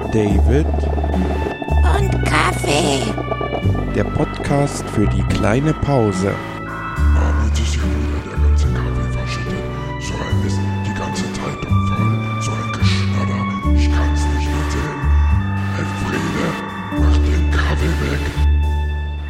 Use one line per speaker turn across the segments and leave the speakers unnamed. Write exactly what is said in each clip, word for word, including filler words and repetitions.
David
und Kaffee.
Der Podcast für die kleine Pause.
Aber jetzt ist hier wieder der ganze Kaffee verschüttet. So ein Mist, die ganze Zeitung voll. So ein Geschnatter, ich kann's nicht erzählen. Elfriede, mach den Kaffee weg.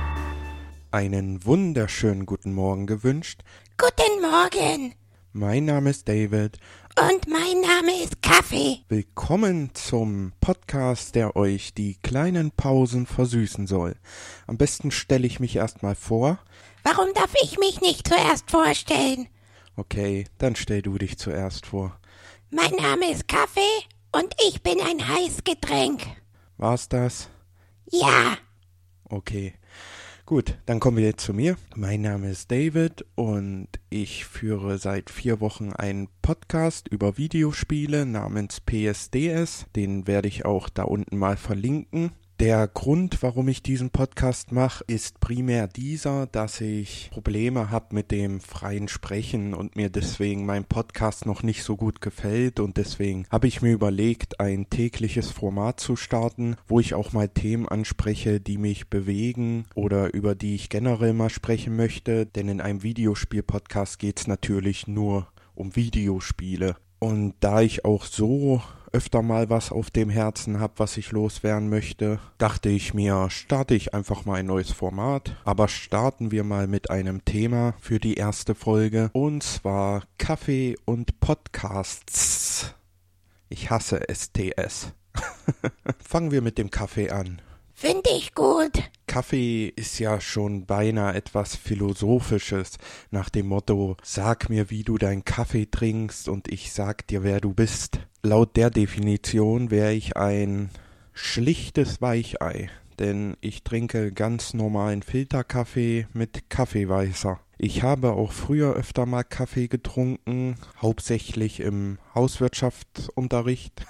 Einen wunderschönen guten Morgen gewünscht.
Guten Morgen.
Mein Name ist David.
Und mein Name ist Kaffee.
Willkommen zum Podcast, der euch die kleinen Pausen versüßen soll. Am besten stelle ich mich erstmal vor.
Warum darf ich mich nicht zuerst vorstellen?
Okay, dann stell du dich zuerst vor.
Mein Name ist Kaffee und ich bin ein Heißgetränk.
War's das?
Ja.
Okay. Gut, dann kommen wir jetzt zu mir. Mein Name ist David und ich führe seit vier Wochen einen Podcast über Videospiele namens P S D S. Den werde ich auch da unten mal verlinken. Der Grund, warum ich diesen Podcast mache, ist primär dieser, dass ich Probleme habe mit dem freien Sprechen und mir deswegen mein Podcast noch nicht so gut gefällt und deswegen habe ich mir überlegt, ein tägliches Format zu starten, wo ich auch mal Themen anspreche, die mich bewegen oder über die ich generell mal sprechen möchte, denn in einem Videospiel-Podcast geht es natürlich nur um Videospiele. Und da ich auch so öfter mal was auf dem Herzen habe, was ich loswerden möchte, dachte ich mir, starte ich einfach mal ein neues Format. Aber starten wir mal mit einem Thema für die erste Folge, und zwar Kaffee und Podcasts. Ich hasse S T S. Fangen wir mit dem Kaffee an.
Finde ich gut.
Kaffee ist ja schon beinahe etwas Philosophisches, nach dem Motto, sag mir, wie du deinen Kaffee trinkst und ich sag dir, wer du bist. Laut der Definition wäre ich ein schlichtes Weichei, denn ich trinke ganz normalen Filterkaffee mit Kaffeeweißer. Ich habe auch früher öfter mal Kaffee getrunken, hauptsächlich im Hauswirtschaftsunterricht.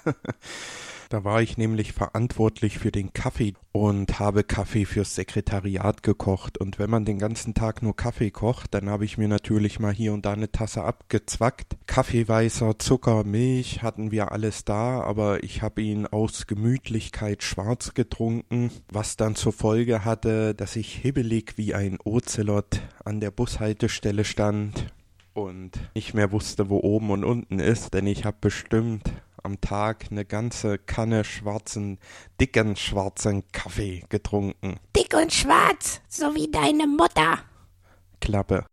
Da war ich nämlich verantwortlich für den Kaffee und habe Kaffee fürs Sekretariat gekocht. Und wenn man den ganzen Tag nur Kaffee kocht, dann habe ich mir natürlich mal hier und da eine Tasse abgezwackt. Kaffeeweißer, Zucker, Milch hatten wir alles da, aber ich habe ihn aus Gemütlichkeit schwarz getrunken, was dann zur Folge hatte, dass ich hibbelig wie ein Ozelot an der Bushaltestelle stand und nicht mehr wusste, wo oben und unten ist, denn ich habe bestimmt am Tag eine ganze Kanne schwarzen, dicken schwarzen Kaffee getrunken.
Dick und schwarz, so wie deine Mutter.
Klappe.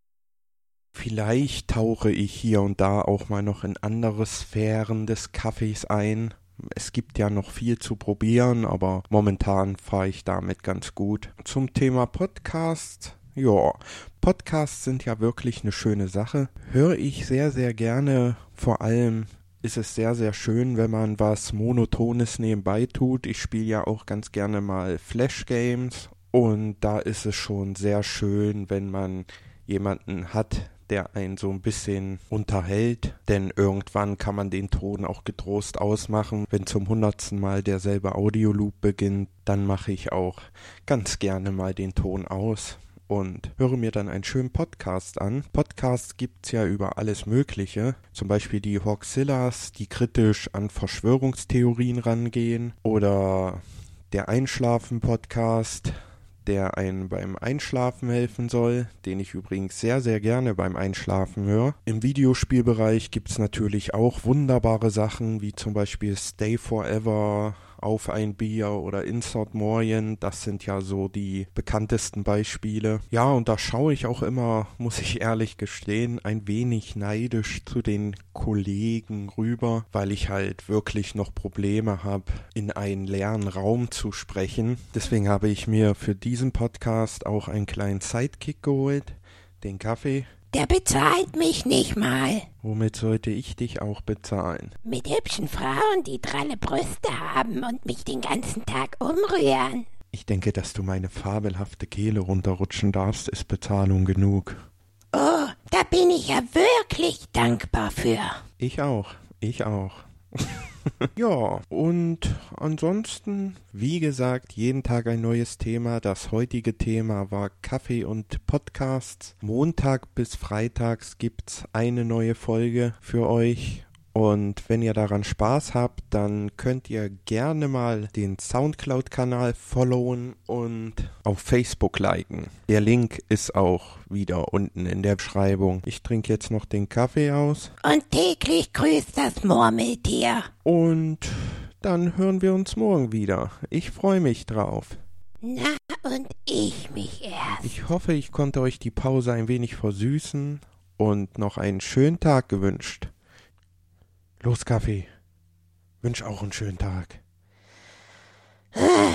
Vielleicht tauche ich hier und da auch mal noch in andere Sphären des Kaffees ein. Es gibt ja noch viel zu probieren, aber momentan fahre ich damit ganz gut. Zum Thema Podcast. Ja, Podcasts sind ja wirklich eine schöne Sache. Höre ich sehr, sehr gerne. Vor allem ist es sehr, sehr schön, wenn man was Monotones nebenbei tut. Ich spiele ja auch ganz gerne mal Flash-Games und da ist es schon sehr schön, wenn man jemanden hat, der einen so ein bisschen unterhält, denn irgendwann kann man den Ton auch getrost ausmachen. Wenn zum hundertsten Mal derselbe Audioloop beginnt, dann mache ich auch ganz gerne mal den Ton aus und höre mir dann einen schönen Podcast an. Podcasts gibt's ja über alles Mögliche, zum Beispiel die Hoaxillas, die kritisch an Verschwörungstheorien rangehen, oder der Einschlafen-Podcast, der einem beim Einschlafen helfen soll, den ich übrigens sehr, sehr gerne beim Einschlafen höre. Im Videospielbereich gibt's natürlich auch wunderbare Sachen, wie zum Beispiel Stay Forever, Auf ein Bier oder Insert Moin. Das sind ja so die bekanntesten Beispiele. Ja, und da schaue ich auch immer, muss ich ehrlich gestehen, ein wenig neidisch zu den Kollegen rüber, weil ich halt wirklich noch Probleme habe, in einen leeren Raum zu sprechen. Deswegen habe ich mir für diesen Podcast auch einen kleinen Sidekick geholt, den Kaffee.
Der bezahlt mich nicht mal.
Womit sollte ich dich auch bezahlen?
Mit hübschen Frauen, die dralle Brüste haben und mich den ganzen Tag umrühren.
Ich denke, dass du meine fabelhafte Kehle runterrutschen darfst, ist Bezahlung genug.
Oh, da bin ich ja wirklich dankbar für.
Ich auch, ich auch. Ja, und ansonsten, wie gesagt, jeden Tag ein neues Thema. Das heutige Thema war Kaffee und Podcasts. Montag bis freitags gibt's eine neue Folge für euch Und wenn ihr daran Spaß habt, dann könnt ihr gerne mal den Soundcloud-Kanal followen und auf Facebook liken. Der Link ist auch wieder unten in der Beschreibung. Ich trinke jetzt noch den Kaffee aus.
Und täglich grüßt das Murmeltier.
Und dann hören wir uns morgen wieder. Ich freue mich drauf.
Na, und ich mich erst.
Ich hoffe, ich konnte euch die Pause ein wenig versüßen und noch einen schönen Tag gewünscht. Los, Kaffee. Wünsch auch einen schönen Tag.
Ah.